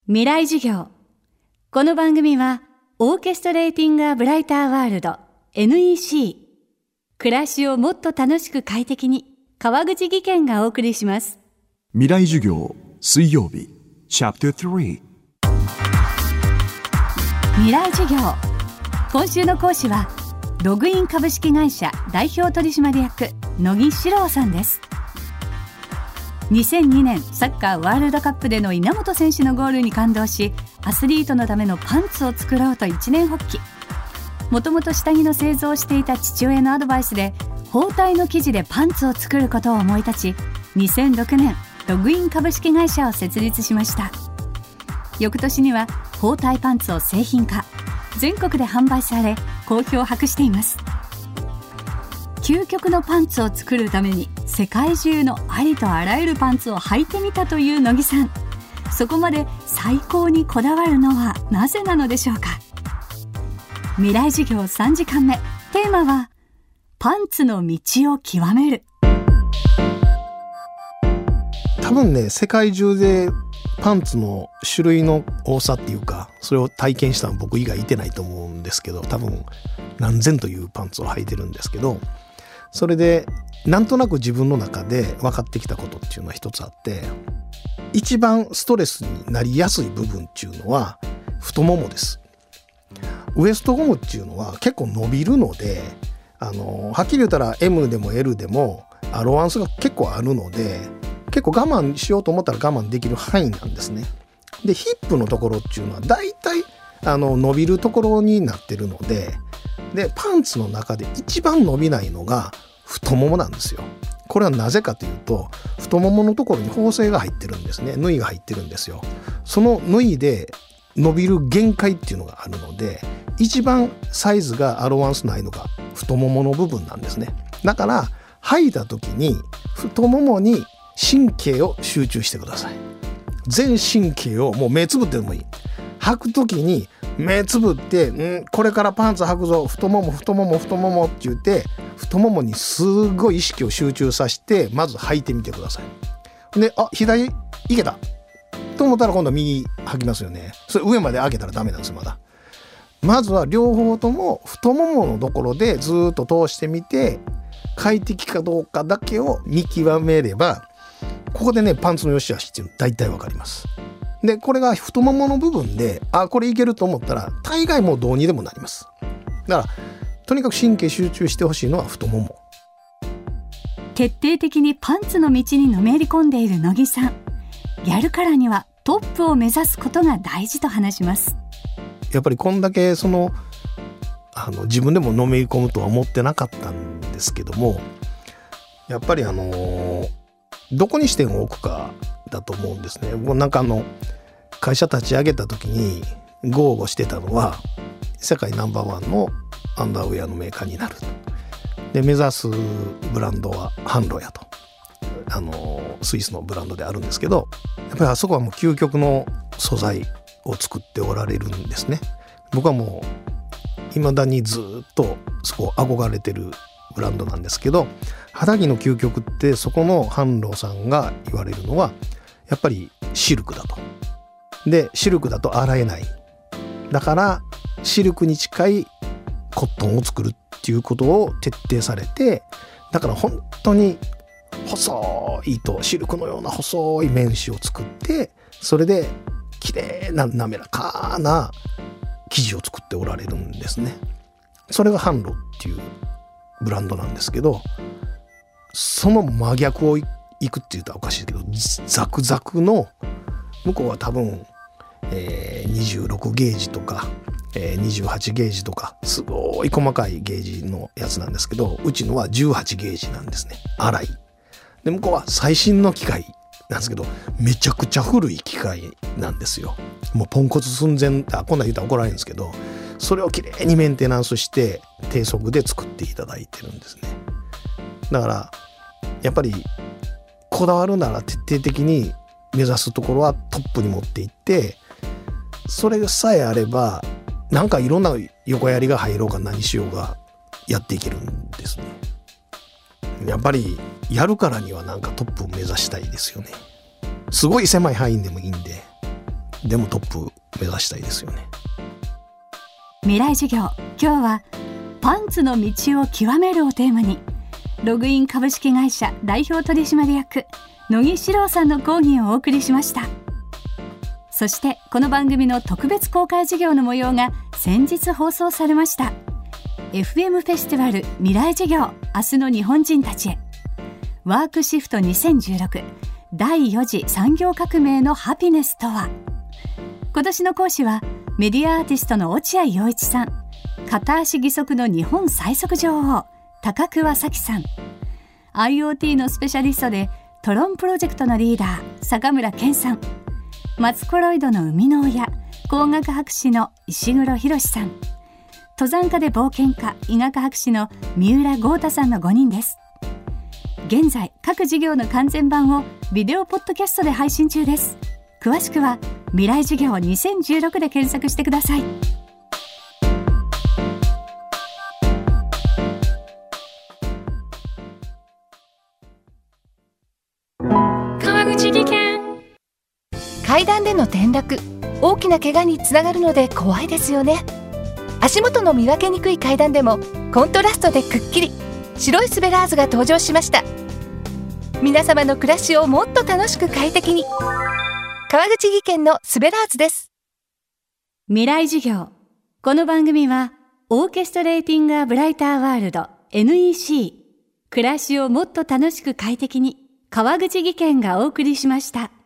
未来授業。この番組はオーケストレーティング・ア・ブライター・ワールド NEC 暮らしをもっと楽しく快適に川口義賢がお送りします。 未来授業水曜日チャプター3 未来授業。今週の講師はログイン株式会社代表取締役野木史郎さんです。2002年サッカーワールドカップでの稲本選手のゴールに感動し、アスリートのためのパンツを作ろうと一念発起。もともと下着の製造をしていた父親のアドバイスで包帯の生地でパンツを作ることを思い立ち、2006年ログイン株式会社を設立しました。翌年には包帯パンツを製品化、全国で販売され好評を博しています。究極のパンツを作るために世界中のありとあらゆるパンツを履いてみたという野木さん。そこまで最高にこだわるのはなぜなのでしょうか。未来授業3時間目、テーマはパンツの道を極める。 多分ね、世界中でパンツの種類の多さっていうか、それを体験したのは僕以外いてないと思うんですけど、多分何千というパンツを履いてるんですけど、それでなんとなく自分の中で分かってきたことっていうのは一つあって、一番ストレスになりやすい部分っていうのは太ももです。ウエストゴムっていうのは結構伸びるので、はっきり言ったら M でも L でもアロワンスが結構あるので、結構我慢しようと思ったら我慢できる範囲なんですね。で、ヒップのところっていうのはだいたい伸びるところになってるので、パンツの中で一番伸びないのが太ももなんですよ。これはなぜかというと、太もものところに縫製が入ってるんですね。縫いが入ってるんですよ。その縫いで伸びる限界っていうのがあるので、一番サイズがアロワンスないのが太ももの部分なんですね。だから履いた時に太ももに神経を集中してください。全神経をもう目つぶってでもいい。履く時に目つぶって、これからパンツ履くぞ、太もも太もも太ももって言って、太ももにすごい意識を集中させてまず履いてみてください。で、左いけたと思ったら今度は右履きますよね。それ上まで上げたらダメなんですよ。まずは両方とも太もものところでずっと通してみて、快適かどうかだけを見極めれば、ここでね、パンツの良し悪しっていうの大体わかります。で、これが太ももの部分で、これいけると思ったら大概もうどうにでもなります。だからとにかく神経集中してほしいのは太もも。 徹底的にパンツの道にのめり込んでいる野木さん。やるからにはトップを目指すことが大事と話します。 やっぱりこんだけ自分でものめり込むとは思ってなかったんですけども、やっぱりどこに視点を置くかだと思うんですね。もうなんか会社立ち上げた時に豪語してたのは、世界ナンバーワンのアンダーウェアのメーカーになる。で、目指すブランドはハンロやと、スイスのブランドであるんですけど、やっぱりあそこはもう究極の素材を作っておられるんですね。僕はもう未だにずっとそこ憧れてるブランドなんですけど、肌着の究極ってそこのハンロさんが言われるのはやっぱりシルクだと。で、シルクだと洗えない。だからシルクに近いコットンを作るっていうことを徹底されて、だから本当に細い糸、シルクのような細い綿糸を作って、それで綺麗な滑らかな生地を作っておられるんですね。それがハンロっていうブランドなんですけど、その真逆をいくって言ったらおかしいけど、ザクザクの、向こうは多分、26ゲージとか、28ゲージとかすごい細かいゲージのやつなんですけど、うちのは18ゲージなんですね。粗い。で、向こうは最新の機械なんですけど、めちゃくちゃ古い機械なんですよ。もうポンコツ寸前、こんなん言ったら怒られるんですけど、それをきれいにメンテナンスして低速で作っていただいてるんですね。だからやっぱりこだわるなら徹底的に目指すところはトップに持っていって、それさえあればなんかいろんな横やりが入ろうが何しようがやっていけるんですね。やっぱりやるからにはなんかトップを目指したいですよね。すごい狭い範囲でもいいんででもトップ目指したいですよね。 未来授業、今日はパンツの道を極めるをテーマに、ログイン株式会社代表取締役野木史郎さんの講義をお送りしました。そしてこの番組の特別公開授業の模様が先日放送されました。 FM フェスティバル未来授業、明日の日本人たちへ、ワークシフト2016第4次産業革命のハピネスとは。今年の講師はメディアアーティストの落合陽一さん、片足義足の日本最速女王高桑早紀さん、 IoT のスペシャリストでトロンプロジェクトのリーダー坂村健さん、マツコロイドの生みの親工学博士の石黒博さん、登山家で冒険家医学博士の三浦豪太さんの5人です。現在各授業の完全版をビデオポッドキャストで配信中です。詳しくは未来授業2016で検索してください。 川口技研。階段での転落、大きな怪我につながるので怖いですよね。足元の見分けにくい階段でもコントラストでくっきり白いスベラーズが登場しました。皆様の暮らしをもっと楽しく快適に、川口技研のスベラーズです。 未来授業、この番組はオーケストレーティングアブライターワールド NEC、 暮らしをもっと楽しく快適に、川口技研がお送りしました。